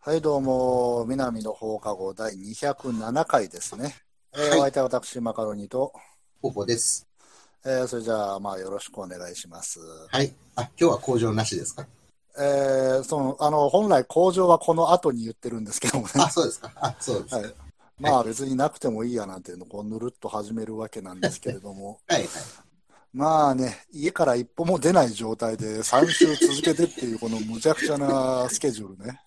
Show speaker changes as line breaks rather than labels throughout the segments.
はい、どうも、南の放課後第207回ですね。
は
お相
い、
手は私、マカロニと、
ここです。
それじゃあ、よろしくお願いします。
はい。あ、今日は工場なしですか？
本来工場はこの後に言ってるんですけどもね。
あ、そうですか。あ、そうですか。
はい。
はい。
別になくてもいいやなんていうのをこうぬるっと始めるわけなんですけれども。
はい、はい。
家から一歩も出ない状態で3週続けてっていうこの無茶苦茶なスケジュールね。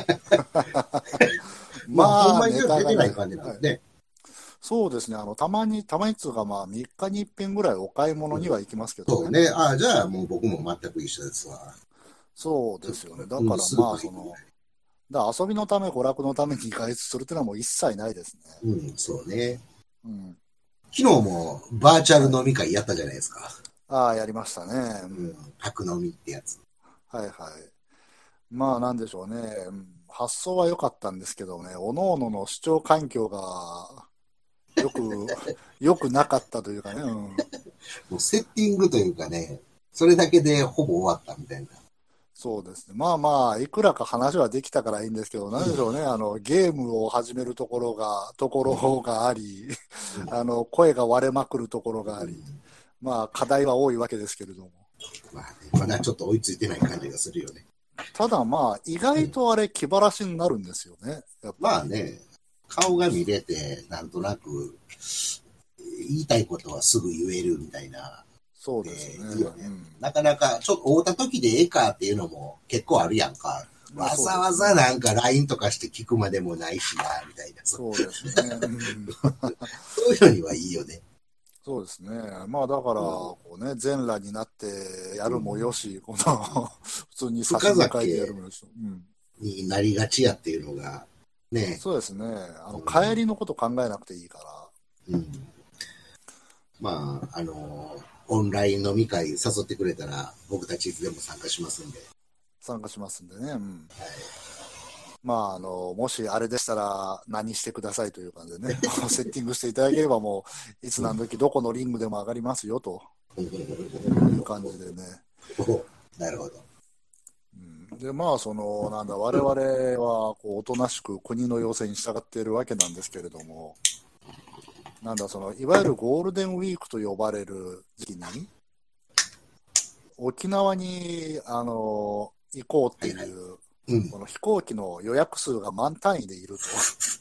まあ、ほんまに
ネ
じゃあ出
タがね。
てない感じなん
はい。
ですね。
そうですね。たまにつうか3日に一遍ぐらいお買い物には行きますけどね。
そうね。あ、じゃあもう僕も全く一緒ですわ。
そう
ちょっと、
ですよね。だから
スーパー行くぐらい。
遊びのため、娯楽のために外出するっていうのはもう一切ないですね。
うん、そうね。
うん。
昨日もバーチャル
はい。
飲み会やったじゃないですか。
ああ、やりましたね。う
うん、
ん。
宅飲みってやつ。
はいはい。なんでしょうね。うん、発想は良かったんですけどね、各々の視聴環境がよく、よくなかったというかね。うん。
もうセッティングというかね、それだけでほぼ終わったみたいな。
そうですね。いくらか話はできたからいいんですけど、なんでしょうね。ゲームを始めるところがあり、
うん、
声が割れまくるところがあり、
うん、
課題は多いわけですけれども。
まあね、まだちょっと追いついてない感じがするよね。
ただ意外
うん、
とあれ気晴らしになるんですよね。やっぱり。
まあね、顔が見れて、なんとなく、言いたいことはすぐ言えるみたいな、
そうですね。
いいよね。
うん。
なかなか、ちょっと会うた時でええかっていうのも結構あるやんか。わ
そう
ざわ
ですね。
ざなんか LINE とかして聞くまでもないしな、みたいな。
そうですね。うん。
そういうのにはいいよね。
そうですね。だから、
うん。
こうね、全裸になってやるも
うん。
よし、普通に差し
深
向かいでやる
酒
もよし。うん。
になりがちやっていうのが、ね。
そうですね。
う
帰り
ん。
のこと考えなくていいから。
うん。まあ、オンライン飲み会誘ってくれたら、僕たちいつでも参加しますんで。
参加しますんでね。うん。
はい。
もしあれでしたら何してくださいという感じでね、セッティングしていただければもう、いつ
うん。
何時どこのリングでも上がりますよという感じでね。
お、なるほど。
うん、で、我々はこうおとなしく国の要請に従っているわけなんですけれども、いわゆるゴールデンウィークと呼ばれる時期に、沖縄に、行こうって
はいはい。
いう、
うん。
この飛行機の予約数が満単位でいると。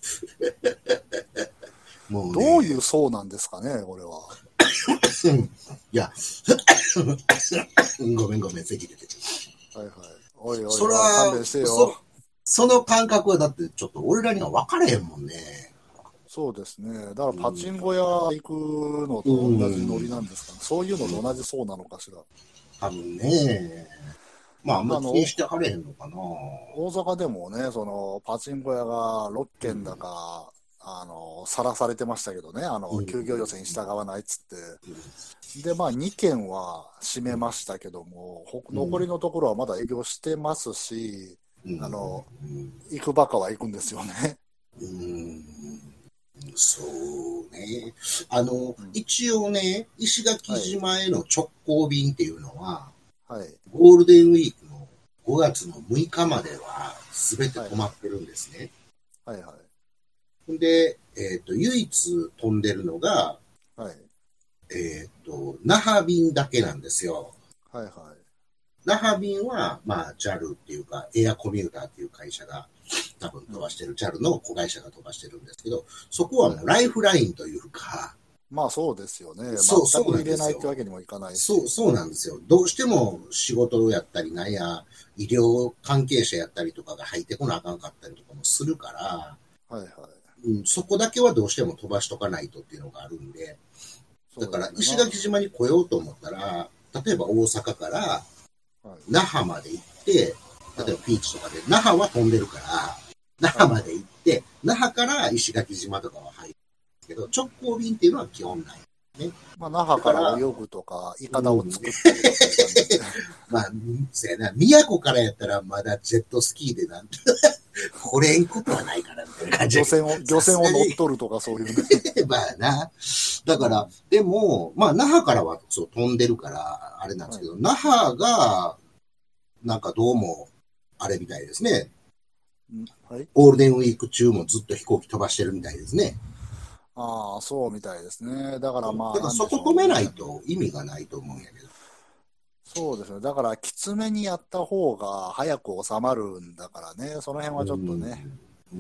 もう
どういう
ね、
層なんですかね、これは。
うん。いや、ごめんごめん、席出てちゃ
はいはい。おい
う。
おいおい、勘弁してよ。
その感覚はだってちょっと俺らには分かれへんもんね。
そうですね。だから
うん。
パチンコ屋行くの
う
と同じノリ
ん。
なんですかね。そういうのと同じ層なのかしら。
多分ね。まあ、あんま
あの、
気にしてはれへんのかな。
大阪でもね、パチンコ屋が6
うん。
軒だか、さらされてましたけどね、
うん。
休業要請に従わないっつって。
うん。
で、2軒は閉めましたけども、
うん。
残りのところはまだ営業してますし、
うん。
あの、
うん。
行くばかは行くんですよね。
うん。そうね。
うん、
一応ね、石垣
はい。
島への直行便っていうのは、
はい。
ゴールデンウィークの5月の6日までは全て
はいはい。
止まってるんですね。
はいはい。
で、唯一飛んでるのが、
はい。
那覇便だけなんですよ。
はいはい。
那覇便は、まあ、JAL っていうか、エアコミューターっていう会社が多分
うん。
飛ばしてる、JAL の子会社が飛ばしてるんですけど、そこは
はいはい。
もうライフラインというか、
そうですよね。
そう
全く入れないって
なんですよ。
わけにもいかないし。
そうなんですよ。どうしても仕事をやったり、なんや、医療関係者やったりとかが入ってこなあかんかったりとかもするから、
はいはい。
うん、そこだけはどうしても飛ばしとかないとっていうのがあるんで、だから
そうですね。
石垣島に来ようと思ったら、例えば大阪から
はい。
那覇まで行って、例えば
はい。
ピーチとかで、那覇は飛んでるから、那
はいはい。
覇まで行って、那覇から石垣島とかは入るけど、直行便っていうのは基本ない。ね。
那覇から
だから、
泳ぐとか、いかだ
うん、
を作ってとかいう感じで。
まあ、そうやな、宮古からやったらまだジェットスキーでなんて、来れんことはないからみたいな感じだけど、
漁
さすがに、
船を乗っ取るとかそういうね。
まあな。だから、
うん。
でも、まあ、那覇からはそう飛んでるから、あれなんです
はい。
けど、那覇が、なんかどうも、あれみたいですね。
はい。
ゴールデンウィーク中もずっと飛行機飛ばしてるみたいですね。
ああ、そうみたいですね。だからまあ、
だからそ
なんでし
こ止めない
ょうね。
と意味がないと思うんやけど。
そうですね。だから、きつめにやった方が早く収まるんだからね。その辺はちょっと
うん。
ね。
うん。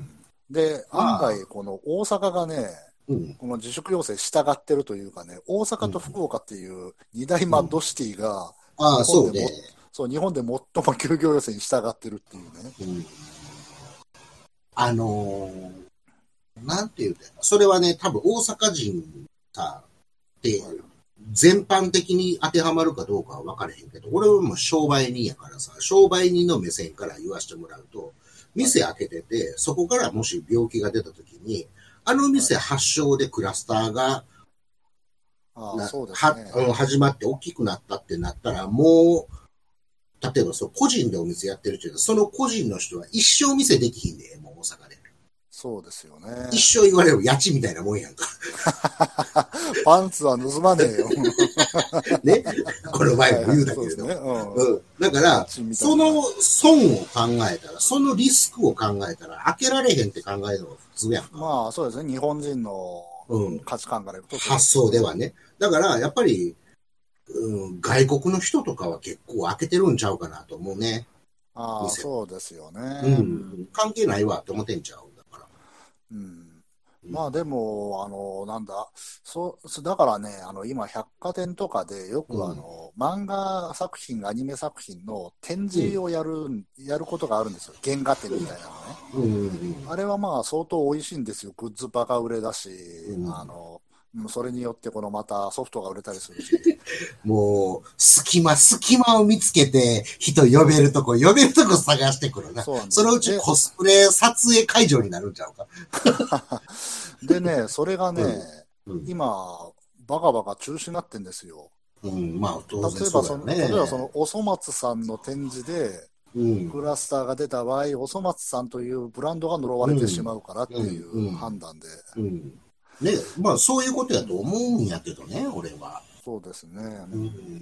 うん。で、案
まあ、
外、この大阪がね、
うん。
この自粛要請従ってるというかね、大阪と
うん。
福岡っていう二大マッ
うん。
ドシティが
ああ、
日本で
そうね。
も、そう、日本で最も休業要請に従ってるっていうね。
うん。あのーなんて言うて、それはね、多分大阪人さ、って
はい。
全般的に当てはまるかどうかは分からへんけど、俺はもう商売人やからさ、商売人の目線から言わせてもらうと、
はい。
店開けてて、そこからもし病気が出た時に、あの
はい。
店発祥でクラスターが
ああ、そうですね。
始まって大きくなったってなったら、もう、例えばそう、個人でお店やってる人は、その個人の人は一生店できひんで、もう大阪で。
そうですよ
一
ね。
生言われる家賃みたいなもんやんか。
パンツは盗まねえよ。
ね。この前も言う
はいはい。
だけれども。
そうですね。うん。
うん。だか
家
ら、
賃みたいな。
その
はい。
損を考えたら、そのリスクを考えたら、開けられへんって考えるのが普通やんか。
まあ、そうですね。日本人の
うん。
価値観からいくとそうで
発
すよね。
想ではね。だから、やっぱり、うん、外国の人とかは結構開けてるんちゃうかなと思うね。
ああ、
店。
そうですよ
う
ね。うん。
ん。関係ないわって思ってんちゃう。だから。
うん。
うん。
まあでも、なんだ、だからね、今、百貨店とかでよ
うん。
く漫画作品、アニメ作品の展
うん。
示をやることがあるんですよ。原画展みたいなのね。
うん。
あれはまあ相当美味しいんですよ。グッズバカ売れだし、
うん。うん。
それによってこのまたソフトが売れたりするし。
もう、隙間を見つけて、人呼べるとこ探してくるな。
そうなんですよ。
そのうちコスプレ撮影会場になるんちゃうか。
でね、それがね、
うん。うん。
今、バカバカ中止になってんですよ。
うん。まあ、当然そうだよ
例えばそ
ね。
の、おそ松さんの展示で、
うん。
クラスターが出た場合、おそ松さんというブランドが呪われてし
うん。
まうからっ
うん。
ていう
うん。
判断で。
うん。ね、まあ、そういうことやと
うん、
思うんやけどね、俺は。
そうですね。
うん。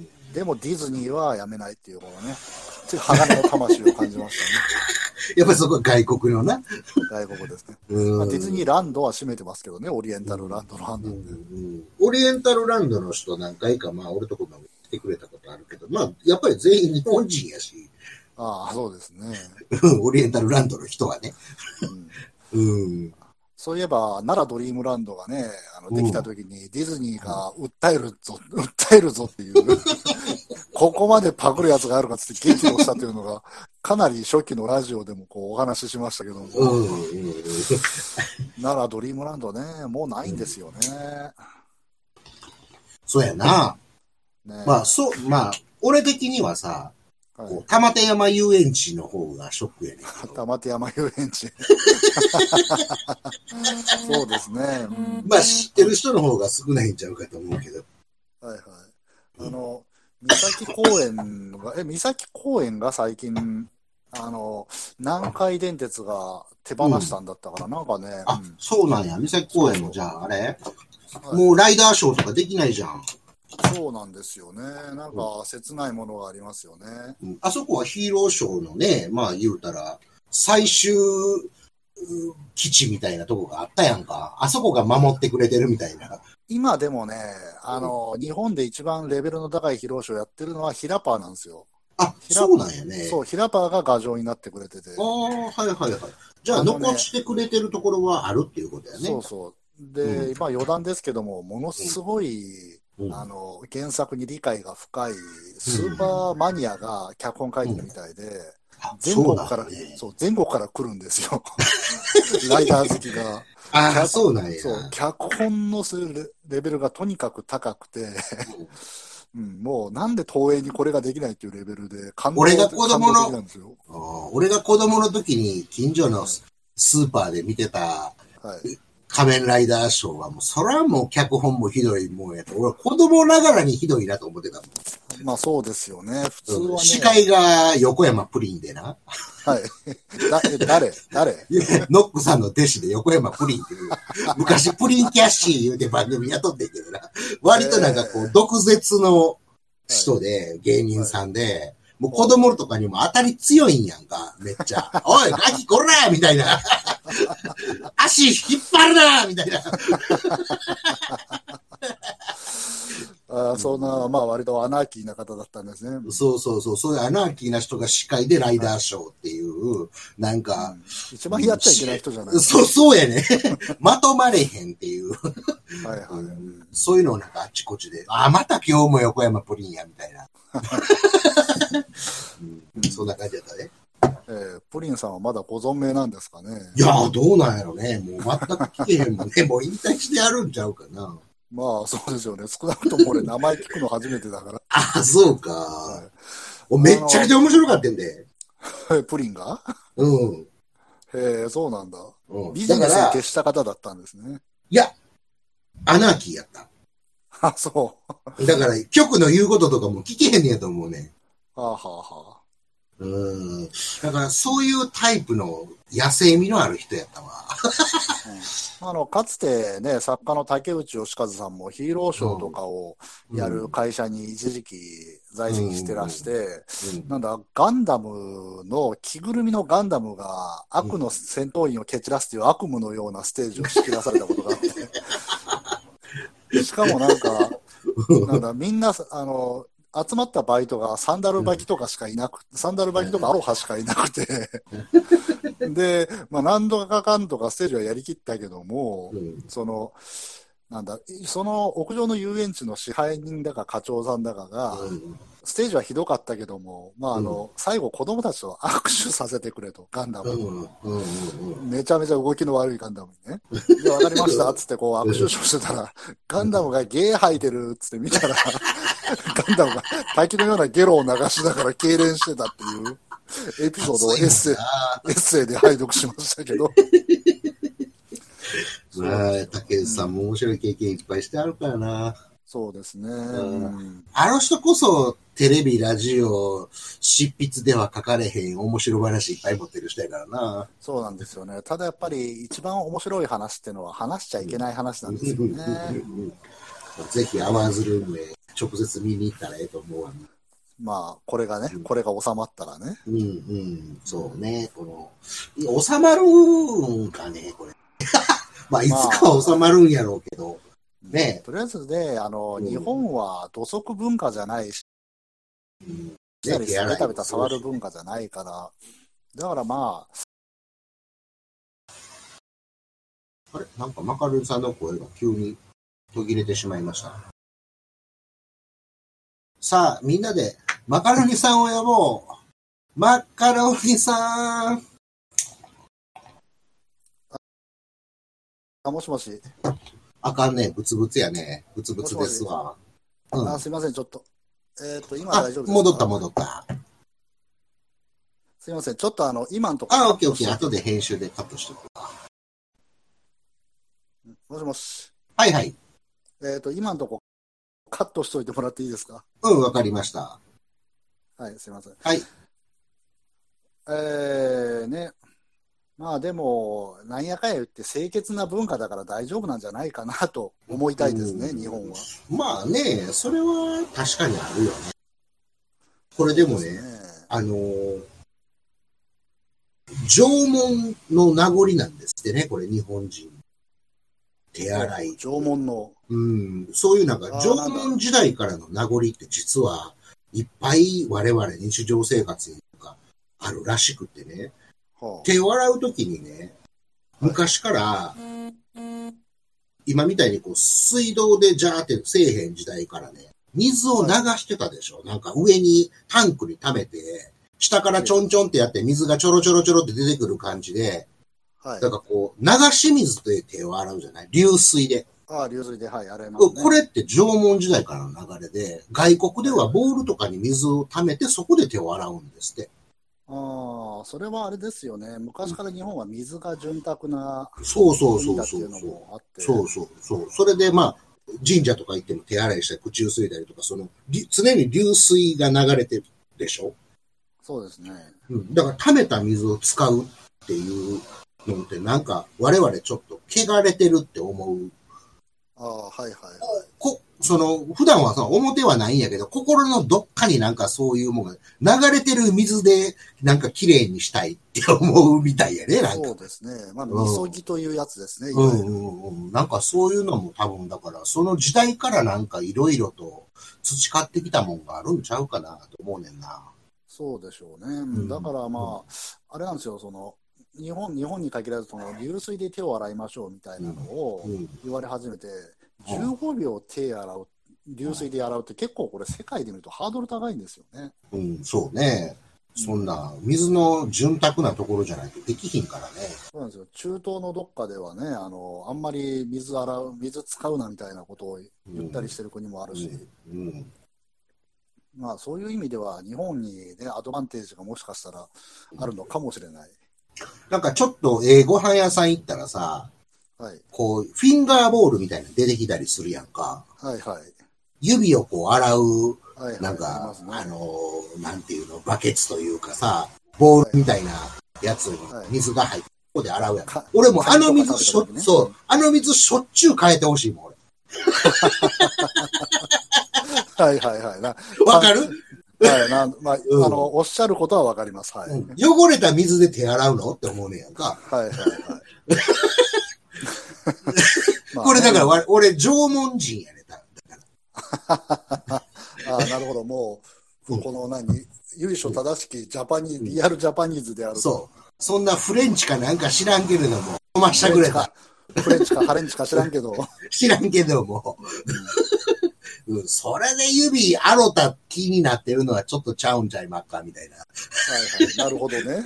でもディズニーはやめないっていうこのね、鋼の魂を感じましたね。
やっぱりそこは外国のな。
外国ですね。
う
まあ、ディズニー
ん。
ランドは閉めてますけどね、オリエンタルラ
うん。
ンドの判
うん。う
断で。
ん。オリエンタルランドの人何回か、まあ、俺とこも来てくれたことあるけど、まあ、やっぱり全員日本人やし、
ああ、そうですね。
オリエンタルランドの人はね。
うん。
うん。
そういえば、奈良ドリームランドがね、できた
うん。
時にディズニーが訴えるぞっていう、ここまでパクるやつがあるかっつって激怒したというのが、かなり初期のラジオでもこうお話ししましたけど
う
も、
ん。
奈良ドリームランドね、もうないんですよね。
そうやな。
ね
まあ、
え。
まあ、俺的にはさ、
はい。
こう、玉手山遊園地の方がショックやねんけど。
玉手山遊園地。そうですね。うん。
まあ、知ってる人の方が少ないんちゃうかと思うけど。
はいはい。
うん。
三崎公園が最近、南海電鉄が手放
うん。
したんだったから、なんかね、う
あ、
ん。
そうなんや。三崎公園もじ
そうそ
ゃあ、あれ
う。はい。
もうライダーショーとかできないじゃん。
そうなんですよね。なん
うん。
か切ないものがありますよね。
うん。あそこはヒーローショーのね、まあ言うたら、最終基地みたいなとこがあったやんか。あそこが守ってくれてるみたいな。
今でもね、
うん。
日本で一番レベルの高い披露ショーやってるのはヒラパーなんですよ。
あ、
ヒラ、
そうなんやね。
そう、ヒラパーが牙城になってくれてて。
ああ、はいはいはい。じゃあ、
あのね、
残してくれてるところはあるっていうことやね。
そうそう。
うん。
で、まあ余談ですけども、ものすごい、
うん。
原作に理解が深い
う
スーパー
ん。
マニアが脚本書い
うん。
てるみたいで、
あ、そうなんやね。
全国から来るんですよ。ライダー好きが。
ああ、そうなんや。
脚本のレベルがとにかく高くて、
うん。
うん、もうなんで東映にこれができないっていうレベルで
俺が子
感動的
供の、
なんですよ。
俺が子供の時に近所の
はい。
スーパーで見てた
はい。
仮面ライダーショーはもう、それはもう脚本もひどいもんやと。俺子供ながらにひどいなと思ってたもん。
まあそうですよね。普通はね、
司会が横山プリンでな。
はい。誰
ノックさんの弟子で横山プリンっていう、昔プリンキャッシー言うて番組雇ってんけどな。割となんかこう、
え
毒舌の
はい。
人で、芸人
はい。
さんで、 もう子供とかにも当たり強いんやんか、めっちゃ。おい、ガキこらみたいな。足引っ張るなみたいな。
そんな、まあ割とアナーキーな方だったんですね。
そういうアナーキーな人が司会でライダーショーっていう、なんか、
一番やっちゃいけない人じゃない。
そうやね。まとまれへんっていう。
はいはい。
そういうのをなんかあっちこっちで、また今日も横山プリンや、みたいな。そんな感じだったね。
プリンさんはまだご存命なんですかね。
いやー、どうなんやろね。もう全く聞けへんもんね。もう引退してやるんちゃうかな。
まあそうですよね。少なくとも俺名前聞くの初めてだから。
そうか。はい、めっちゃくちゃ面白かったんで。
プリンが
うん。
へえ、そうなんだ。ビジネスに徹した方だったんですね。
いや、アナーキーやった。
あ、そう。
だから、局の言うこととかも聞けへんねやと思うね。
はあはあはあ。
だからそういうタイプの野生味のある人やったわ。
かつてね、作家の竹内義和さんもヒーローショーとかをやる会社に一時期在籍してらして、なんだ、ガンダムの、着ぐるみのガンダムが悪の戦闘員を蹴散らすという悪夢のようなステージを仕切らされたことがあって、しかもなんか、なんだ、みんな、集まったバイトがサンダル履きとかしかいなく、サンダル履きとかアロハしかいなくてで、まあ何度かかんとかステージはやりきったけども、なんだ、その屋上の遊園地の支配人だか課長さんだかが、ステージはひどかったけども、まあ最後子供たちと握手させてくれと、ガンダム。めちゃめちゃ動きの悪いガンダムにね。で、わかりましたっつってこう握手してたら、ガンダムがゲー吐いてるっつって見たら、ガンダムが滝のようなゲロを流しながら痙攣してたっていうエピソードをエッセイで拝読しましたけど。
まあ、竹内さんも面白い経験いっぱいしてあるからな。
そうですね。
あの人こそテレビ、ラジオ、執筆では書かれへん面白話いっぱい持ってる人やからな。
そうなんですよね。ただやっぱり一番面白い話っていうのは話しちゃいけない話なんですよね。
ぜひアワーズルームへ直接見に行ったらええと思うわ。
まあ、これがね、これが収まったらね。
そうね。収まるんかね、これ。まあ、いつかは収まるんやろうけど。ね、
とりあえずね、日本は土足文化じゃないし、ベタベタ触る文化じゃないから、だからまあ。
あれなんかマカロニさんの声が急に途切れてしまいました。さあ、みんなでマカロニさんを呼ぼう。マカロニさん。
もしもし。
あかんね。ブツブツやね。ブツブツですわ。
すいません、ちょっと。今大丈夫ですか？
戻った。
すいません、ちょっと今のとこ
ろ。オッケー。後で編集でカットしておくわ。
もしもし。
はい。
今のとこカットしといてもらっていいですか？
わかりました。
はい、すいません。
はい。
ね。まあでも、なんやかんや言って清潔な文化だから大丈夫なんじゃないかなと思いたいですね、日本は。ま
あね、それは確かにあるよね。これでもね、縄文の名残なんですってね、これ日本人。手洗い。
縄文の。
そういうなんか縄文時代からの名残って実はいっぱい我々日常生活にあるらしくてね。手を洗うときにね、昔から、今みたいにこう水道でジャーってせえへん時代からね、水を流してたでしょ。なんか上にタンクに溜めて、下からちょんちょんってやって水がちょろちょろちょろって出てくる感じで、だからこう、流し水で手を洗うじゃない？流水で。
流水で、はい、洗いますね。
これって縄文時代からの流れで、外国ではボールとかに水を溜めてそこで手を洗うんですって。
それはあれですよね。昔から日本は水が潤沢な
そう。
そ
れでまあ、神社とか行っても手洗いしたり、口ゆすいだりとか、常に流水が流れてるでしょ？
そうですね。
だから溜めた水を使うっていうのってなんか我々ちょっと汚れてるって思う。 普段は表はないんやけど、心のどっかになんかそういうものが、流れてる水でなんか綺麗にしたいって思うみたいやね、なんか。
そうですね。まあ、みそぎというやつですね。
なんかそういうのも多分だから、その時代からなんかいろいろと培ってきたもんがあるんちゃうかなと思うねんな。
そうでしょうね。だからまあ、あれなんですよ、日本に限らず、流水で手を洗いましょうみたいなのを言われ始めて、15秒手洗う、流水で洗うって結構これ世界で見るとハードル高いんですよね。
そうね。そんな、水の潤沢なところじゃないとできひんからね。
そうなんですよ。中東のどっかではね、あんまり水使うなみたいなことを言ったりしてる国もあるし、まあそういう意味では日本にね、アドバンテージがもしかしたらあるのかもしれない。
なんかちょっとご飯屋さん行ったらさ、
はい、
こう、フィンガーボールみたいなの出てきたりするやんか。
はいはい。
指をこう洗う、
はいはい、
なんか、
ね、
なんていうの、バケツというかさ、ボールみたいなやつに水が入って、ここで洗うやん。俺もあの水そう、あの水しょっちゅう変えてほしいもん、俺。
はいはいはい。
わかる？
はい、まあ、おっしゃることはわかります。はい。
汚れた水で手洗うのって思うねやんか。
はいはいはい。
これだから俺縄文人やね、
なるほど、もう、この由緒正しきリアルジャパニーズである。
そう。そんなフレンチかなんか知らんけれども、飲ましたくれた。
フレンチかハレンチか知らんけど。
知らんけども。それで指あろた気になってるのはちょっとちゃうんちゃいまっか、みたいな。
はいはい。なるほどね。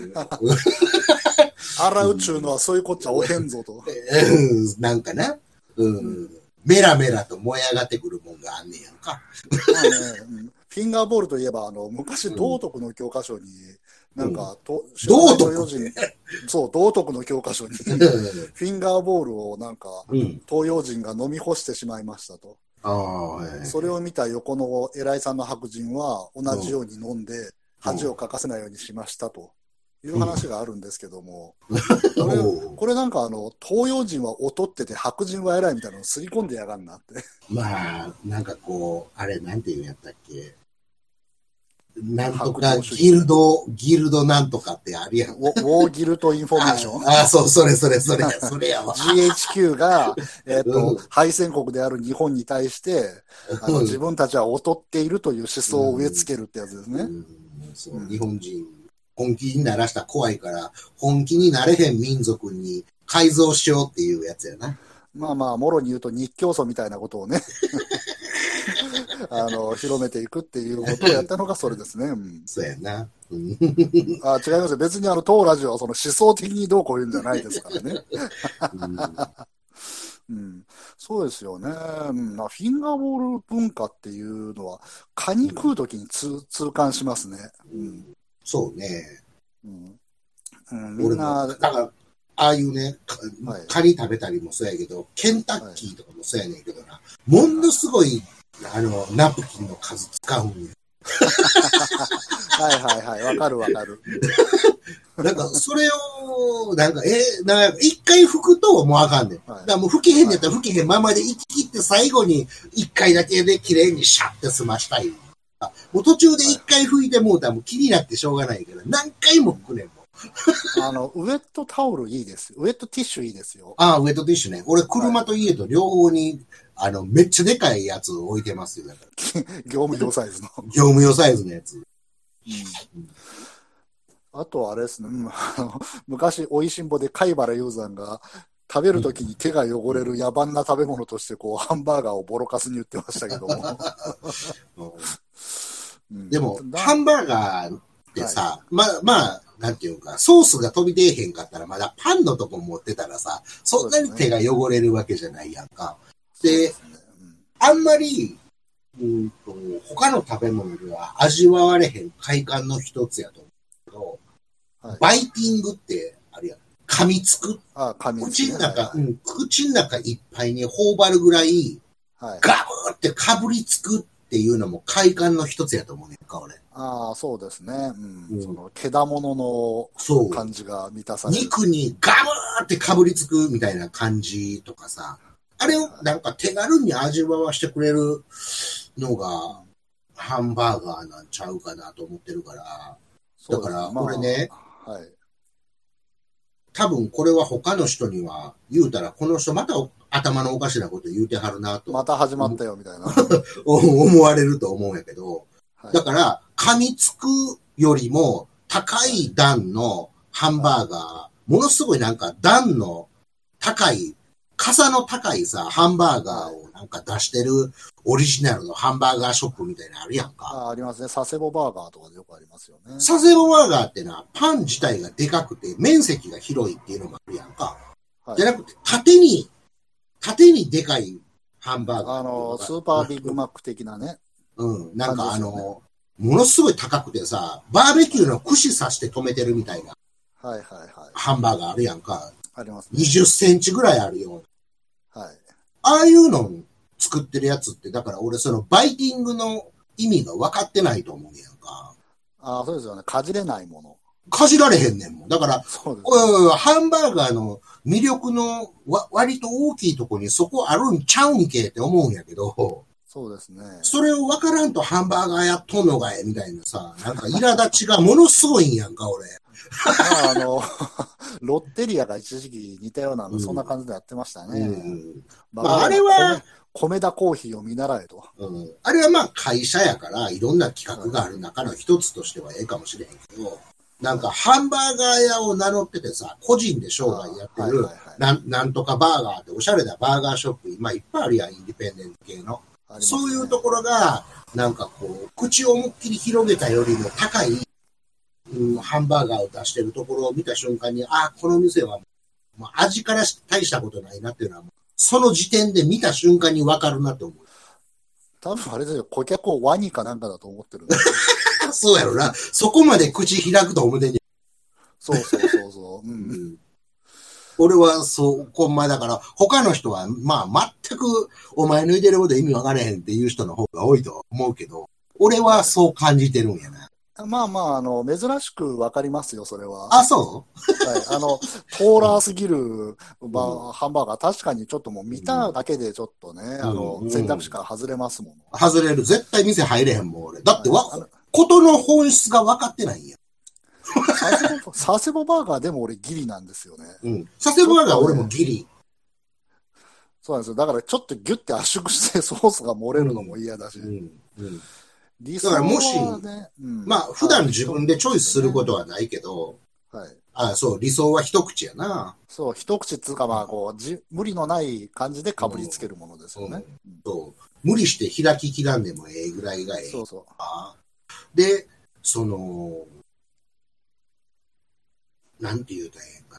洗うちゅうのはそういうこっちゃおへんぞと。
なんかな。メラメラと燃え上がってくるもんがあんねやんか。
まあね、フィンガーボールといえば、昔道徳の教科書に、なんか、
道徳
そう、道徳の教科書に、フィンガーボールをなんか、東洋人が飲み干してしまいましたと。それを見た横の偉いさんの白人は、同じように飲んで、恥をかかせないようにしましたという話があるんですけども、これなんか東洋人は劣ってて白人は偉いみたいなのをすり込んでやがんなって。
まあ、なんかこう、あれなんていうんやったっけ。なんとかギルドなんとかってあるやん。
ウォーギルトインフォメーション。
そう、それやわ。
GHQ が、敗戦国である日本に対して、自分たちは劣っているという思想を植え付けるってやつですね。
日本人、本気にならしたら怖いから、本気になれへん民族に改造しようっていうやつやな。
まあまあ、もろに言うと日教祖みたいなことをね。広めていくっていうことをやったのがそれですね。
そうやな。
違いますよ。別に当ラジオはその思想的にどうこういうんじゃないですからね。そうですよね。フィンガーボール文化っていうのは、カニ食うときに痛感しますね。
そうね。
みんな。
だから、ああいうね、カニ食べたりもそうやけど、ケンタッキーとかもそうやねんけどな、ものすごい、ナプキンの数使うんや。
はいはいはい、わかるわかる。
なんか、それを、なんか一回拭くともうあかんねん。だからもう拭けへんねやったら拭けへんままで行き切って最後に一回だけで綺麗にシャッて済ましたい。もう途中で一回拭いてもうたらもう気になってしょうがないけど、何回も拭くねんもん。
ウェットタオルいいですよ。ウェットティッシュいいですよ。
ウェットティッシュね。俺、車と家と両方に、めっちゃでかいやつ置いてますよ。だから
業務用サイズの。
業務用サイズのやつ。
あとあれですね。昔、おいしんぼで貝原雄山が、食べるときに手が汚れる野蛮な食べ物として、ハンバーガーをボロカスに言ってましたけども。
でも、ハンバーガーってさ、まあ、なんていうか、ソースが飛び出えへんかったら、まだパンのとこ持ってたらさ、そんなに手が汚れるわけじゃないやんか。で、あんまり、他の食べ物では味わわれへん快感の一つやと思うけど、バイティングってあるやん。噛みつく。口の中、口の中いっぱいに頬張るぐらい、ガブーってかぶりつくっていうのも快感の一つやと思うねんか、俺。
そうですね。その、けだものの感じが満たされる。
肉にガブーってかぶりつくみたいな感じとかさ、 あれをなんか手軽に味わわしてくれるのが、ハンバーガーなんちゃうかなと思ってるから。だから、俺ね、
はい。
多分これは他の人には言うたら、この人また頭のおかしなこと言うてはるなと。
また始まったよ、みたいな。
思われると思うんやけど。
はい、
だから、噛みつくよりも高い段のハンバーガー、ものすごいなんか段の高い、傘の高いさ、ハンバーガーをなんか出してるオリジナルのハンバーガーショップみたいなのあるやんか。
ありますね。佐世保バーガーとかでよくありますよね。
佐世保バーガーってな、パン自体がでかくて面積が広いっていうのもあるやんか。はい、じゃなくて、縦にでかいハンバーガー。
スーパービッグマック的なね。
うん。なんかものすごい高くてさ、バーベキューの串刺して止めてるみたいな。
はいはいはい。
ハンバーガーあるやんか。
ありますね。
20センチぐらいあるような。
はい。
ああいうの作ってるやつって、だから俺そのバイティングの意味が分かってないと思うやんか。
ああ、そうですよね。かじれないもの。
かじられへんねんもん。だから、
そうです
ね、ハンバーガーの魅力の割と大きいとこにそこあるんちゃうんけって思うんやけど。
そうですね。
それを分からんとハンバーガーやっとんのかいみたいなさ、なんか苛立ちがものすごいんやんか、俺。
ロッテリアが一時期似たような、そんな感じでやってましたね。
あれは、
米田コーヒーを見習えと。
あれはまあ会社やから、いろんな企画がある中の一つとしてはええかもしれへんけど、なんかハンバーガー屋を名乗っててさ、個人で商売やってる、なんとかバーガーっておしゃれなバーガーショップ、今いっぱいあるやん、インディペンデント系の。そういうところが、なんかこう、口を思いっきり広げたよりも高い、ハンバーガーを出してるところを見た瞬間に、あ、この店は、まあ、味から大したことないなっていうのは、その時点で見た瞬間に分かるなと思う。
多分あれですよ、顧客をワニかなんかだと思ってるんで
そうやろな。そこまで口開くと思ってんねん。
そうそうそうそう。
俺はそう、こんまだから、他の人は、まあ、全くお前の言ってること意味分からへんっていう人の方が多いと思うけど、俺はそう感じてるんやな。
まあまあ、珍しく分かりますよ、それは。
あ、そう
はい。トーラーすぎる、ハンバーガー、確かにちょっともう見ただけでちょっとね、選択肢から外れますもん。
外れる。絶対店入れへんもん、俺。だってことの本質が分かってないんや。
佐世保バーガーでも俺ギリなんですよね。
佐世保バーガー俺もギリ。
そうなんですよ。だからちょっとギュッて圧縮してソースが漏れるのも嫌だし。
だからもし、まあ普段自分でチョイスすることはないけど、そう、理想は一口やな。
そう、一口っつうかまあこう、無理のない感じでかぶりつけるものですよね。
そう。無理して開ききらんでもええぐらいがええ。
そうそう。
で、なんて言うたらええんか。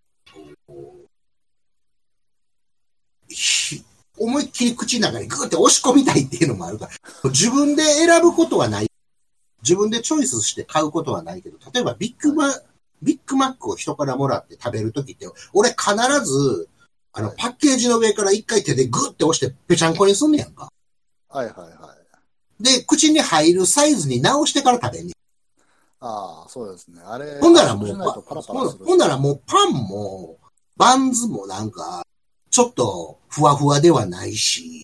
思いっきり口の中にグーって押し込みたいっていうのもあるから、自分で選ぶことはない。自分でチョイスして買うことはないけど、例えばビッグマックを人からもらって食べるときって、俺必ず、パッケージの上から一回手でグーって押してぺちゃんこにすんねやんか。
はいはいはい。
で、口に入るサイズに直してから食べんねん。
ああ、そうですね。あれ、
ほんならもうパンも、バンズもなんか、ちょっとふわふわではないし、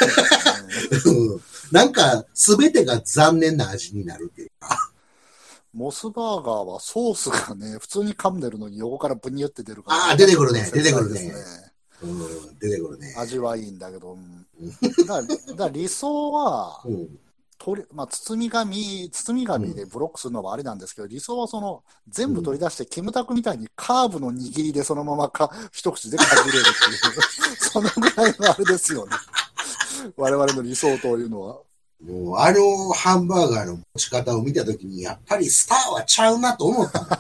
なんか全てが残念な味になるっていうか。
モスバーガーはソースがね、普通に噛んでるのに横からブニュって出るから。
ああ、出てくるね。出てくるね。出てくるね。
味はいいんだけど。だから理想は、まあ、包み紙でブロックするのはありなんですけど、理想は全部取り出して、キムタクみたいにカーブの握りでそのまま一口でかじれるっていう、そのぐらいのあれですよね。我々の理想というのは。
もう、ハンバーガーの持ち方を見たときに、やっぱりスターはちゃうなと思った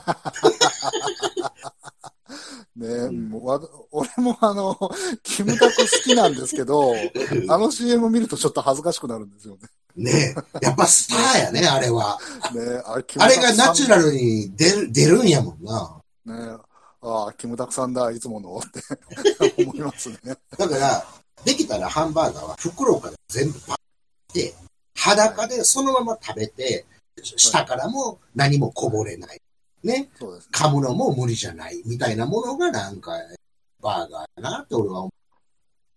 の。ね、俺もキムタク好きなんですけど、CM 見るとちょっと恥ずかしくなるんですよね。
ねえ。やっぱスターやね、あれは。
ね
あれがナチュラルに出るんやもんな。
ねああ、キムタクさんだ、いつものって思いますね。
だから、できたらハンバーガーは袋から全部パッて、裸でそのまま食べて、下からも何もこぼれない。ね。
そうですね。
噛むのも無理じゃない。みたいなものがなんか、バーガーだなって俺は思う。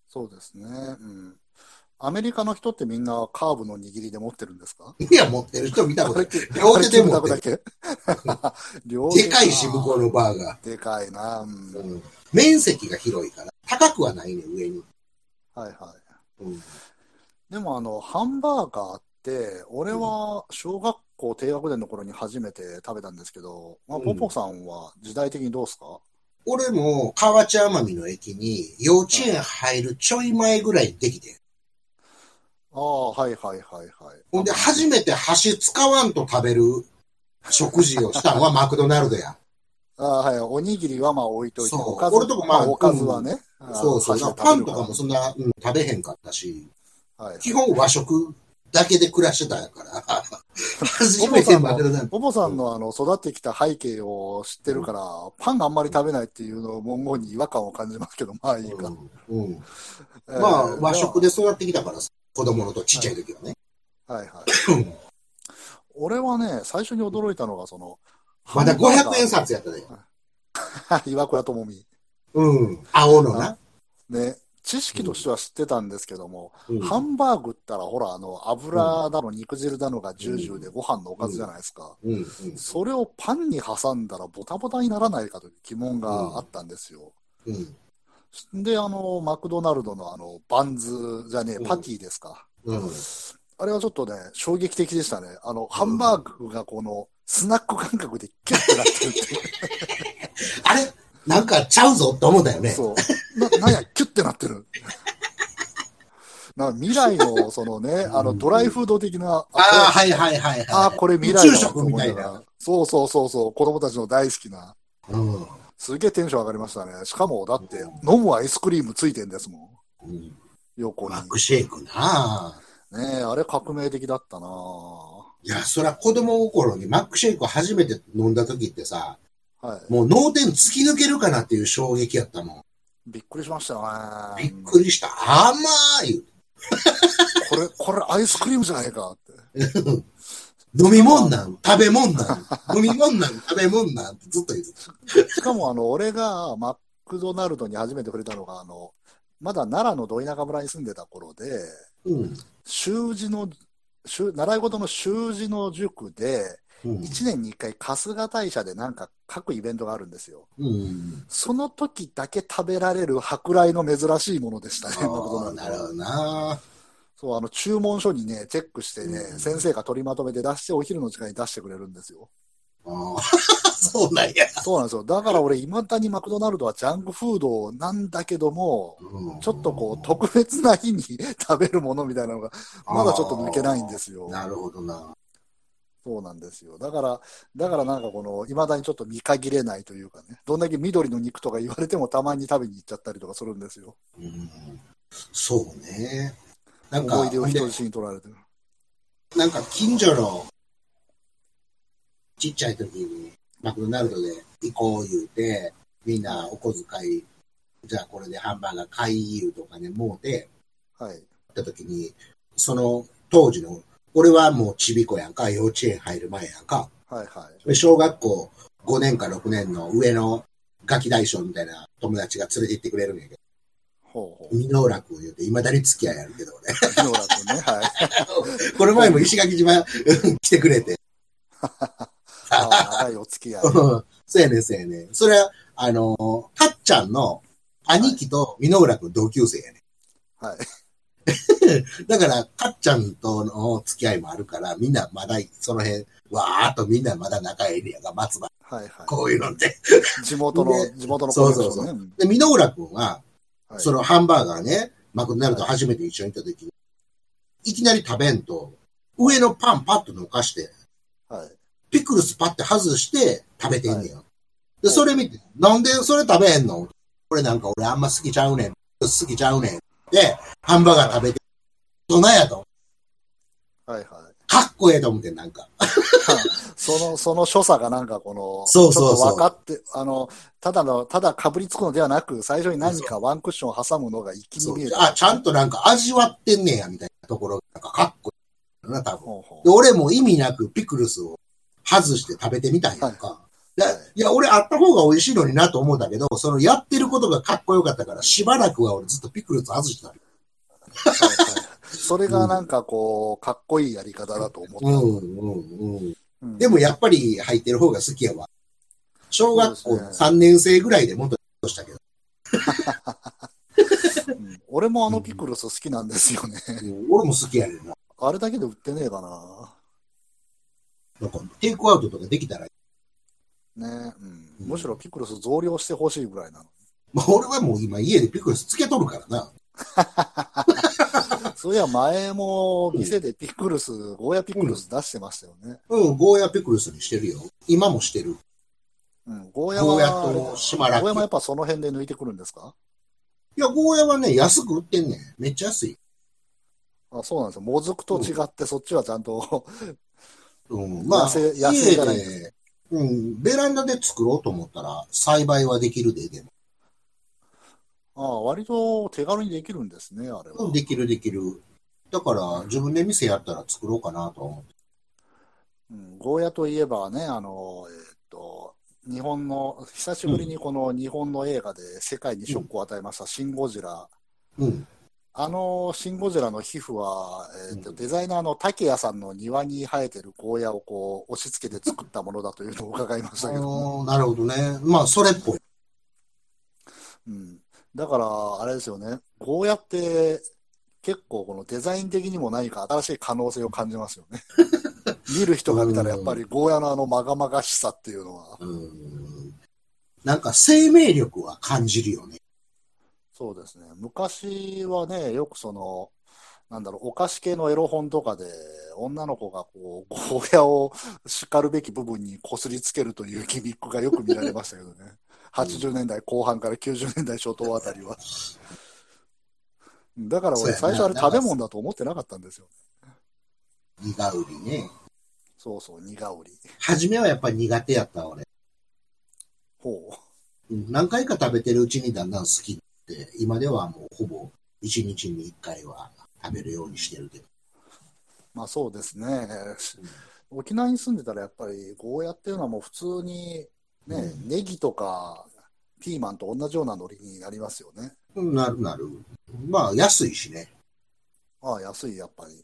そうですね。うん。アメリカの人ってみんなカーブの握りで持ってるんですか？
いや、持ってる人見たことない。
両手で
両手で持ってる。
だけ両手
でかいし、向こうのバーが。
でかいな、うん。
面積が広いから、高くはないね、上に。
はいはい。
うん。
でもハンバーガーって、俺は小学校低学年の頃に初めて食べたんですけど、まあ、ポポさんは時代的にどうですか？
俺も河内奄美の駅に幼稚園入るちょい前ぐらいにできて。
ああ、はいはいはいはい。
ほんで、初めて箸使わんと食べる食事をしたのはマクドナルドや。
ああ、はい。おにぎりはまあ置いといて、おかず、
俺とかまあ、
おかずはね、
そうそう。パンとかもそんな、食べへんかったし、基本和食だけで暮らしてたから、初めてマクドナルド。
ポポさんの育ってきた背景を知ってるから、パンあんまり食べないっていうのを文言に違和感を感じますけど、まあいいか。
まあ、和食で育ってきたからさ、子供のとちっちゃい時はね。
はいはい。俺はね、最初に驚いたのが、
まだ500円札やったね。
岩倉智美。
青のな。
ね、知識としては知ってたんですけども、ハンバーグったらほら、油だの肉汁だのがジュージューでご飯のおかずじゃないですか。それをパンに挟んだらボタボタにならないかという疑問があったんですよ。で、マクドナルドのバンズじゃねえ、パティですか。あれはちょっとね、衝撃的でしたね。ハンバーグがスナック感覚でキュッてなってるっていう。
あれなんかちゃうぞって思ったよね。
そう。なんや、キュッてなってる。未来の、ドライフード的な。
はいはいはい。
これ未来だ。
宇宙食みたいな。
そう。子供たちの大好きな。すげえテンション上がりましたね。しかも、だって、飲むアイスクリームついてんですもん。横に。
マックシェイクな
ねえ、あれ革命的だったな。
いや、そりゃ子供心にマックシェイク初めて飲んだ時ってさ、もう脳天突き抜けるかなっていう衝撃やったもん。
びっくりしましたよね。
びっくりした。甘い
これアイスクリームじゃないかって。
飲み物なん食べ物なん飲み物なん食べ物なんってずっと言ってた。
しかも俺がマクドナルドに初めて触れたのが、まだ奈良のど田舎村に住んでた頃で、習い事の習字の塾で、1年に1回春日大社でなんか各イベントがあるんですよ。その時だけ食べられる舶来の珍しいものでしたね、マクドナルド。
なるほどな。
そう、注文書にね、チェックしてね、先生が取りまとめて出して、お昼の時間に出してくれるんですよ。
そうなんや。
そうなんですよ。だから俺、いまだにマクドナルドはジャンクフードなんだけども、ちょっと特別な日に食べるものみたいなのが、まだちょっと抜けないんですよ。
なるほどな。
そうなんですよ。だからなんかいまだにちょっと見限れないというかね、どんだけ緑の肉とか言われてもたまに食べに行っちゃったりとかするんですよ。
そうね。なんか、
思い出を人質に取られてる。
なんか近所のちっちゃい時にマクドナルドで行こう言うて、みんなお小遣い、じゃあこれでハンバーガー買い言うとかね、もうて、行った時に、その当時の、俺はもうちびこやんか、幼稚園入る前やんか。小学校5年か6年の上のガキ大将みたいな友達が連れて行ってくれるんやけど。箕浦君言うて、いまだに付き合いあるけどね。
箕浦君ね、はい。
この前も石垣島来てくれて。
長いお付き合い。
そうやねん。それは、たっちゃんの兄貴と箕浦君同級生やねん。だから、たっちゃんとの付き合いもあるから、みんなまだその辺、わーっとみんなまだ仲ええねやが、松葉。こういうのって。
地元の
そう。で、箕浦君は、そのハンバーガーね、マクドナルド初めて一緒に行った時に、いきなり食べんと、上のパンパッと抜かして、ピクルスパッて外して食べてんねや。で、それ見て、なんでそれ食べへんの？これなんか俺あんま好きちゃうねん。好きちゃうねん。で、ハンバーガー食べて、どないやと。かっこええと思って、なんか。
その所作がなんか
そう。
ちょっと分かって、ただかぶりつくのではなく、最初に何かワンクッションを挟むのが一気に見える。
ちゃんとなんか味わってんねや、みたいなところ、なんかかっこいいな、多分。で、俺も意味なくピクルスを外して食べてみたんやんか。 いや、俺あった方が美味しいのになと思うんだけど、そのやってることがかっこよかったから、しばらくは俺ずっとピクルス外してた。はい
はい。それがなんかこう、かっこいいやり方だと思った。
でもやっぱり入ってる方が好きやわ。小学校3年生ぐらいでもっとしたけど。
俺もあのピクルス好きなんですよね。
俺も好きやねんな。
あれだけで売ってねえかな。
なんかテイクアウトとかできたらいい。
ね、むしろピクルス増量してほしいぐらいなの。
まあ、俺はもう今家でピクルスつけとるからな。
そういや前も店でピクルス、ゴーヤピクルス出してましたよね。
ゴーヤピクルスにしてるよ。今もしてる。
ゴー
ヤと島らっきょう。
ゴーヤもやっぱその辺で抜いてくるんですか？
いや、ゴーヤはね、安く売ってんねん。めっちゃ安い。
あ、そうなんですよ。もずくと違って、そっちはちゃんと
まあ、
野生じゃない
で、ベランダで作ろうと思ったら、栽培はできるで、でも。
割と手軽にできるんですね、あれは。
できる。だから、自分で店やったら作ろうかなと思って。
ゴーヤといえばね、日本の、久しぶりにこの日本の映画で世界にショックを与えました、シン・ゴジラ。シン・ゴジラの皮膚は、デザイナーの竹谷さんの庭に生えてるゴーヤをこう押し付けて作ったものだというのを伺いましたけど、
なるほどね。まあ、それっぽい。
だから、あれですよね、ゴーヤって結構このデザイン的にも何か新しい可能性を感じますよね。見る人が見たらやっぱりゴーヤのあのまがまがしさっていうのは。
なんか生命力は感じるよね。
そうですね。昔はね、よくその、お菓子系のエロ本とかで、女の子がこう、ゴーヤを叱るべき部分にこすりつけるというギミックがよく見られましたけどね。80年代後半から90年代初頭あたりは。だから俺最初あれ食べ物だと思ってなかったんですよ。
苦売りね。
そうそう、苦売り。
初めはやっぱり苦手やった俺。
ほ
う。何回か食べてるうちにだんだん好きになって、今ではもうほぼ1日に1回は食べるようにしてるけど。
まあそうですね。沖縄に住んでたらやっぱりゴーヤっていうのはもう普通にね、ネギとかピーマンと同じような海苔になりますよね。
なる。まあ安いしね。
安い、やっぱり。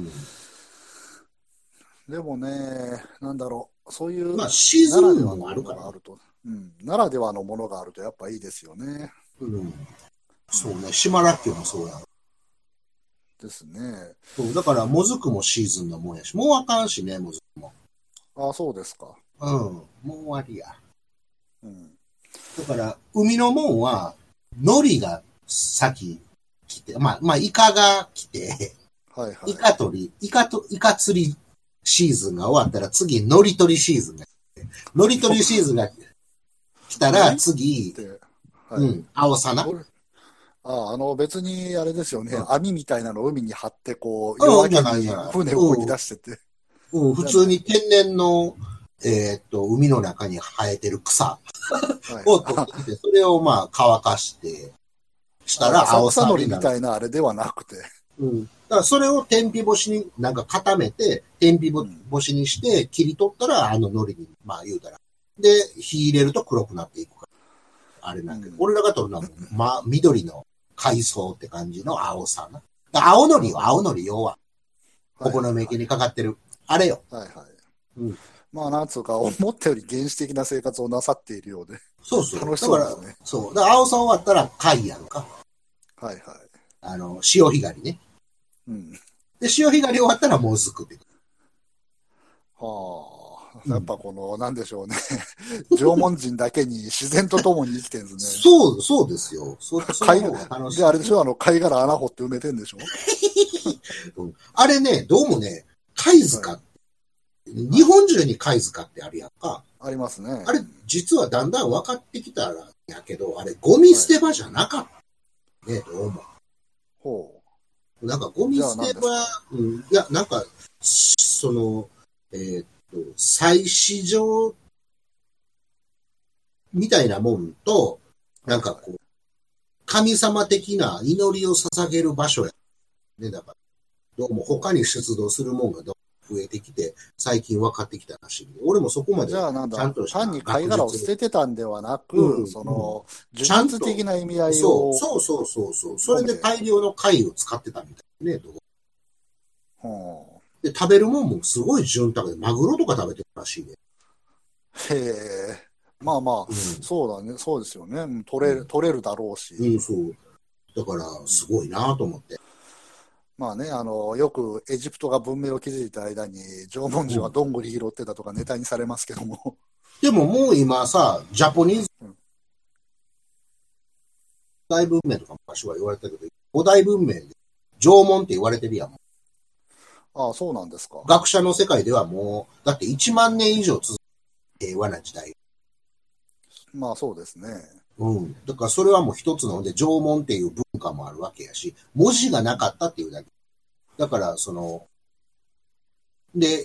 でもね、そういう、
まあシーズンもあるから。
ならではのものがあるとやっぱいいですよね。
そうね、島らっきょうもそうや。
ですね。
だから、もずくもシーズンのもんやし、もうあかんしね、もずくも。
そうですか。
もう終わりや。だから、海のもんは、海苔が先来て、まあ、イカが来て、イカ釣りシーズンが終わったら、次、海苔取りシーズンが来て、海苔取りシーズンが来たら、次、青さな。
別にあれですよね、網みたいなのを海に張って、こう、夜明けに船を漕ぎ出してて。
普通に天然の、海の中に生えてる草を取ってきて、それをまあ乾かして、したら青さ
草のりみたいなあれではなくて。
だからそれを天日干しになんか固めて、天日干しにして切り取ったら、海苔に、まあ言うたら。で、火入れると黒くなっていくから。あれなんだけど、俺らが取るのは、まあ緑の海藻って感じの青さな。青のり要は。お好み焼きにかかってる。あれよ。
まあ、なんつうか、思ったより原始的な生活をなさっているようで。
そう。楽しそうですね。そう。だから青さ終わったら貝やんか。潮干狩りね。で、潮干狩り終わったらもずくって。
やっぱこの、なんでしょうね。縄文人だけに自然と共に生きてるんですね。
そうですよ。
で、あれでしょ、貝殻穴掘って埋めてんでしょ。
あれね、どうもね、貝塚、日本中に貝塚ってあるやんか。
ありますね。
あれ、実はだんだん分かってきたらやけど、あれ、ゴミ捨て場じゃなかったね、どうも。なんか、ゴミ捨て場、いや、なんか、祭祀場みたいなもんと、なんかこう、神様的な祈りを捧げる場所や。ね、だから、どうも他に出動するもんが増えてきて、最近分かってきたらしいんで、俺もそこまでち
じゃあなんだ、
ゃんとした
単に貝殻を捨ててたんではなく、
うん
その、呪
ちゃんと
術的な意味合いを。
そうそうそうそうそう。それで大量の貝を使ってたみたいね。で、食べるもんもすごい潤沢で、マグロとか食べてるらしいね。
へえ。まあまあ、そうだね、そうですよね。取れるだろうし。
そう。だから、すごいなと思って。
まあね、よくエジプトが文明を築いた間に、縄文人はどんぐり拾ってたとかネタにされますけども。
でももう今さ、ジャポニーズ、大文明とか昔は言われたけど、古代文明で縄文って言われてるやん。
ああ、そうなんですか。
学者の世界ではもう、だって1万年以上続く平和な時代。
まあそうですね。
だからそれはもう一つので、縄文っていう文化もあるわけやし、文字がなかったっていうだけ。だから、で、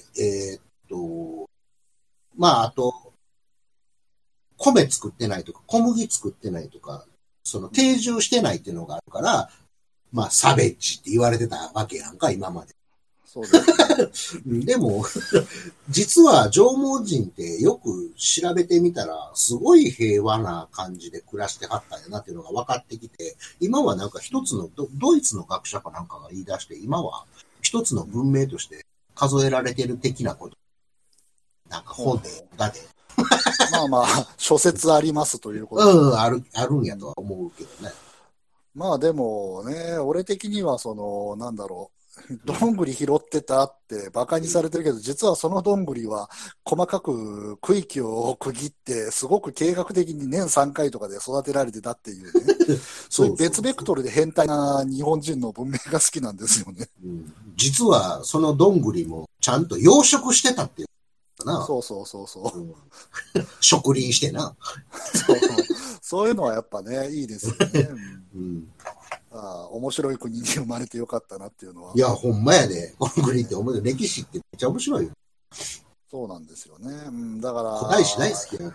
まあ、あと、米作ってないとか、小麦作ってないとか、定住してないっていうのがあるから、まあ、サベッジって言われてたわけやんか、今まで。
そうですね。
でも、実は縄文人ってよく調べてみたら、すごい平和な感じで暮らしてはったんやなっていうのが分かってきて、今はなんか一つのドイツの学者かなんかが言い出して、今は一つの文明として数えられてる的なこと。なんか本で、だで。
まあまあ、諸説ありますということ
あるんやとは思うけどね。
まあでもね、俺的にはなんだろう。どんぐり拾ってたって馬鹿にされてるけど、実はそのどんぐりは細かく区域を区切って、すごく計画的に年3回とかで育てられてたっていうね。そういう別ベクトルで変態な日本人の文明が好きなんですよね。
実はそのどんぐりもちゃんと養殖してたっていう。
そうそうそうそう。
植林してな。
そういうのはやっぱね、いいですよね。面白い国に生まれてよかったなっていうのは。
いや、ほんまやで。どんぐりって思う歴史ってめっちゃ面白いよ。
そうなんですよね。だから。
古代史大好きや。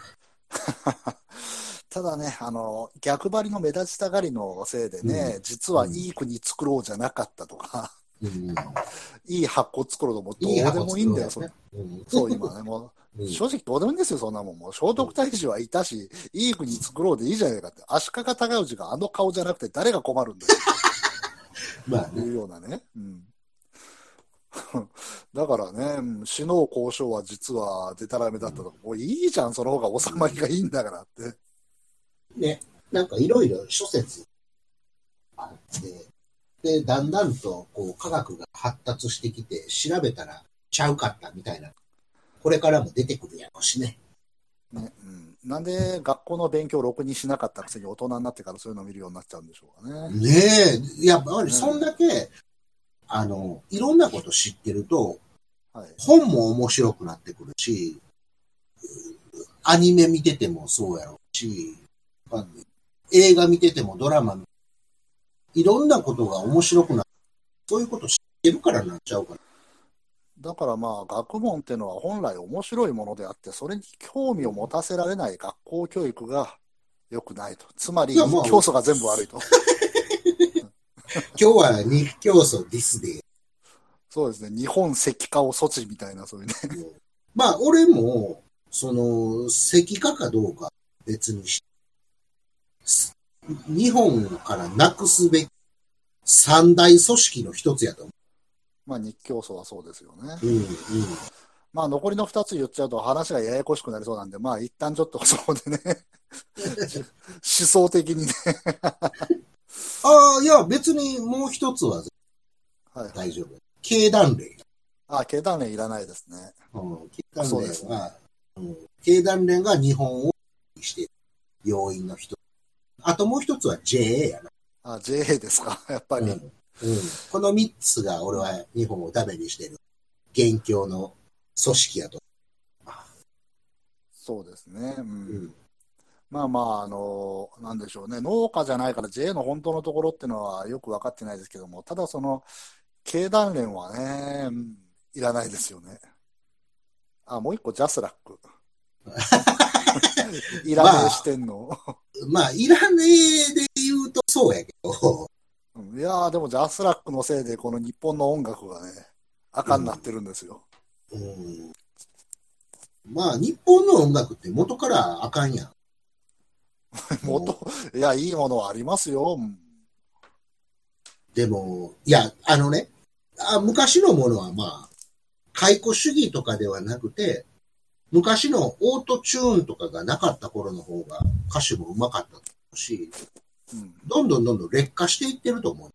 ただね、逆張りの目立ちたがりのせいでね、実はいい国作ろうじゃなかったとか、いい発酵作ろうともどうでもいいんだよ、そう今ね、もう、正直どうでもいいんですよ、そんなもん。もう聖徳太子はいたし、いい国作ろうでいいじゃないかって。足利尊氏があの顔じゃなくて誰が困るんだよ。まあ、いうようなね。だからね、死の交渉は実はデタラメだったとか、もういいじゃん、その方が収まりがいいんだからって。
ね、なんかいろいろ諸説あって、で、だんだんとこう科学が発達してきて、調べたらちゃうかったみたいな、これからも出てくるやろうしね。
なんで学校の勉強をろくにしなかったくせに大人になってからそういうのを見るようになっちゃうんでしょうかね。
ねえ、やっぱりそんだけ、いろんなこと知ってると、本も面白くなってくるし、アニメ見ててもそうやろうし、映画見ててもドラマ見ていろんなことが面白くなる。そういうこと知ってるからなっちゃうから。
だからまあ学問っていうのは本来面白いものであって、それに興味を持たせられない学校教育が良くないと。つまり教祖が全部悪いと。
今日は日教祖ディスで。
そうですね。日本石化を措置みたいな、そういうね。
まあ俺も、石化かどうか別にして、日本からなくすべき三大組織の一つやと思う。
まあ日教祖はそうですよね。まあ残りの2つ言っちゃうと話がややこしくなりそうなんで、まあ一旦ちょっとそこでね、思想的にね。
いや別にもう一つは大丈夫。経団連。
経団連いらないですね。
経団連が日本をしている要因の一つ。あともう一つは JA やな。
JA ですか、やっぱり。
この3つが俺は日本をダメにしている元凶の組織やと。
そうですね。まあまあ、なんでしょうね。農家じゃないから JA の本当のところっていうのはよく分かってないですけども、ただ経団連はね、いらないですよね。もう一個ジャスラック。いらねえしてんの。
まあ、いらねえで言うとそうやけど。
いやーでもジャスラックのせいでこの日本の音楽がね、赤になってるんですよ。
うん。まあ、日本の音楽って元からあかんやん。
いや、いいものはありますよ。
でも、いや、昔のものはまあ、解雇主義とかではなくて、昔のオートチューンとかがなかった頃の方が歌手もうまかったし、どんどん劣化していってると思う。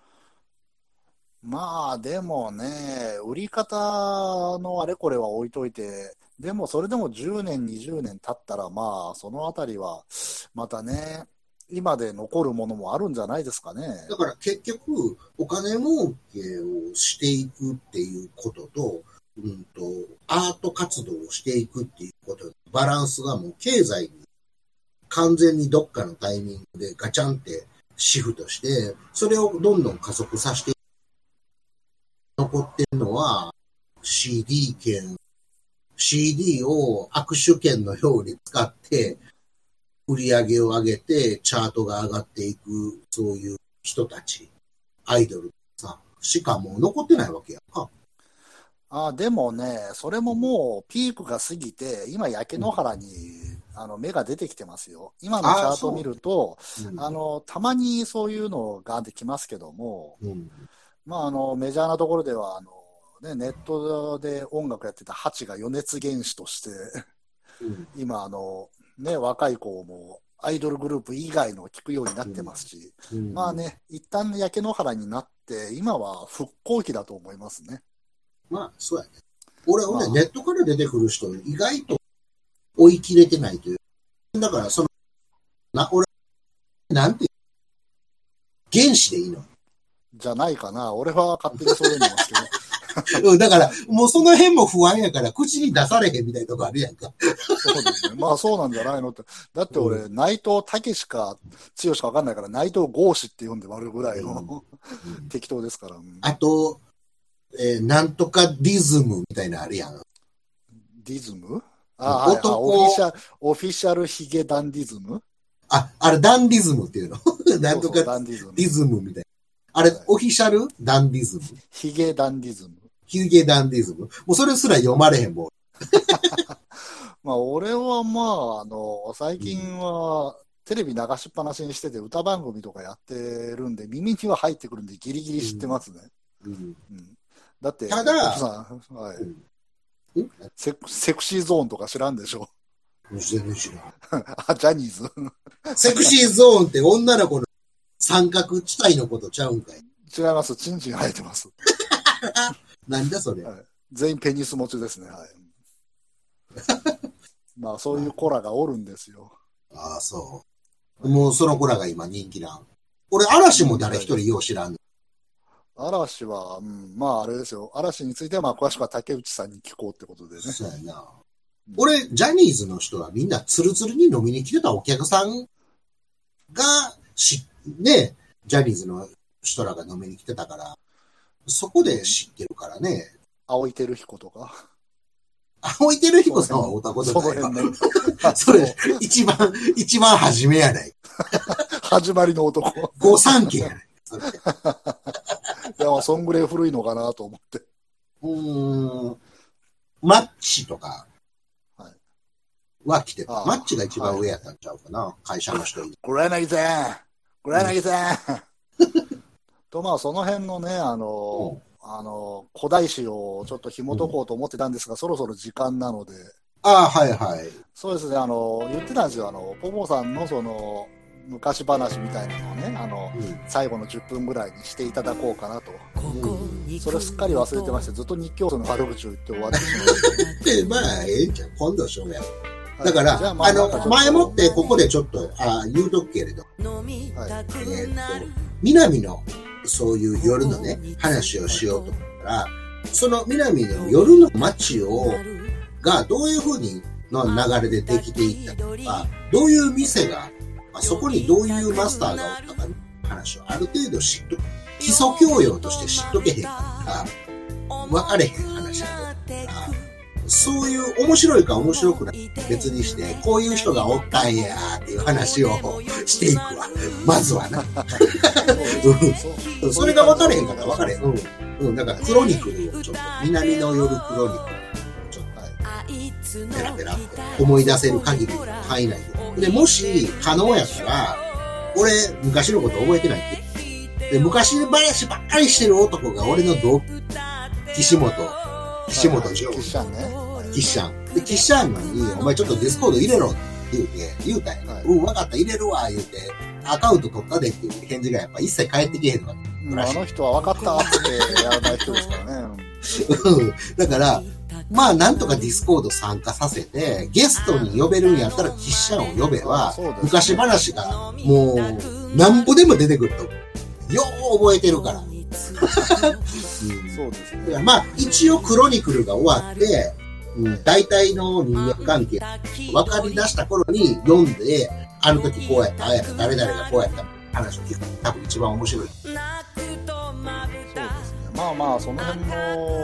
まあ、でもね、売り方のあれこれは置いといて、でもそれでも10年、20年経ったら、まあ、そのあたりは、またね、今で残るものもあるんじゃないですかね。
だから結局、お金儲けをしていくっていうことと、アート活動をしていくっていうことのバランスがもう経済に完全にどっかのタイミングでガチャンってシフトして、それをどんどん加速させて残ってるのは CD を握手券のように使って売り上げを上げてチャートが上がっていく、そういう人たち、アイドルさ、しかもう残ってないわけやんか。
でもね、それももうピークが過ぎて、今、焼け野原に、芽が出てきてますよ。今のチャートを見ると、たまにそういうのができますけども、まあ、メジャーなところでは、ネットで音楽やってたハチが余熱原子として、今、若い子もアイドルグループ以外のを聞くようになってますし、まあね、一旦焼け野原になって、今は復興期だと思いますね。
まあ、そうやね。俺、ネットから出てくる人、意外と追い切れてないという。だから、俺、なんていう、原子でいいの
じゃないかな。俺は勝手にそういうのますけ
ど。だから、もうその辺も不安やから、口に出されへんみたいなとこあるやんか。
そうですね。まあ、そうなんじゃないのって。だって俺、内藤武か剛か分かんないから、内藤剛志って呼んで割るぐらいの、適当ですから。
あと、なんとかディズムみたいなのあるやん。
ディズム？オフィシャルヒゲダンディズム？
あれダンディズムっていうのなんとかディズムみたいな。あれ、オフィシャルダンディズム。
ヒゲダンディズム。
ヒゲダンディズム。もうそれすら読まれへんもん。
まあ、俺はまあ、最近は、テレビ流しっぱなしにしてて歌番組とかやってるんで、耳には入ってくるんでギリギリ知ってますね。だって、
ただ、
セクシーゾーンとか知らんでしょ。
全然知らん。
ジャニーズ。
セクシーゾーンって女の子の三角地帯のことちゃうんかい？
違います。チンチン生えてます。
なんだそれ、
全員ペニス持ちですね。まあ、そういう子らがおるんですよ。
ああ、そう。もうその子らが今人気なん。俺、嵐も誰一人よう知らんの。
嵐は、まああれですよ。嵐についてはまあ詳しくは竹内さんに聞こうってことでね。
そうやな。俺、ジャニーズの人はみんなツルツルに飲みに来てたお客さんがね、ジャニーズの人らが飲みに来てたから、そこで知ってるからね。
青井輝彦とか。
青井輝彦さんは会ったことないわ。
その辺ね。
それ、一番初めやない。
始まりの男。
御三家やない。
いや、そんぐらい古いのかなと思って。
マッチとかは来てた。マッチが一番上やったんちゃうかな、会社の人に。
黒柳さん黒柳さんと、まあ、その辺のね、古代史をちょっと紐解こうと思ってたんですが、そろそろ時間なので。
はいはい。
そうですね、言ってたんですよ。ポポさんのその、昔話みたいなのをね、最後の10分ぐらいにしていただこうかなと。それすっかり忘れてまして、ずっと日教組の悪口を言って終わってしま
って。まあ、ええんちゃう。今度しようや。だから、前もってここでちょっと、言うとくけれど、南の、そういう夜のね、話をしようと思ったら、その南の夜の街がどういう風にの流れでできていったとか、どういう店が、そこにどういうマスターがおったかの話をある程度知っとく。基礎教養として知っとけへんから分かれへん話だったから、そういう面白いか面白くない別にして、こういう人がおったんやーっていう話をしていくわ。まずはな。それが分かれへんから分かれへん。だからクロニクルをちょっと、南の夜クロニクル。 ペラペラって思い出せる限りの範囲内で。で、もし可能やったら、俺昔のこと覚えてないって。で、昔話ばっかりしてる男が俺の岸本ジョー。
キッシャンね。
キッシャン。で、キッシャンに、お前ちょっとディスコード入れろって言うたんや。はい、わかった、入れるわ、言うて、アカウント取ったでっていう返事がやっぱ一切返ってけへんのか
あの人は分かったってやらない人ですからね。
だから、まあなんとかディスコード参加させて、ゲストに呼べるんやったらキッシャンを呼べば、昔話がもうなんぼでも出てくると。よう覚えてるから。
そうですね。
まあ一応クロニクルが終わって、大体の人間関係分かり出した頃に読んで、あの時こうやった、ああやった、誰々がこうやった話を聞くと多分一番面白い。そうですね。
まあまあその辺の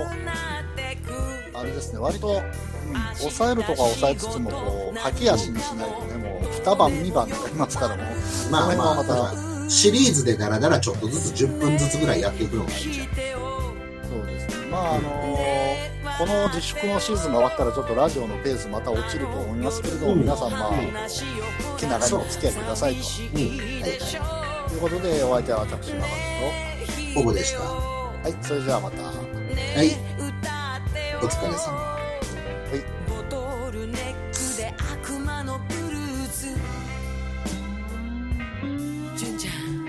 あれですね、割と、抑えるとか抑えつつもこう駆け足にしないとね、もう2番2番とかいますからもう、
まあまあシリーズでだらだらちょっとずつ10分ずつぐらいやっていくのがいいじゃん。
そうですね。まあこの自粛のシーズンが終わったらちょっとラジオのペースまた落ちると思いますけれども、皆さんまあ気長にお付き合いくださいと。はい。ということでお相手は私中野と
ほぼでした。
はい。それじゃあまた。
はい。お疲れ様。はい。ボトルネックで悪魔のブルーズ。純ちゃん。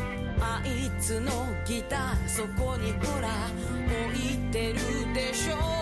のギターそこにほら置いてるでしょ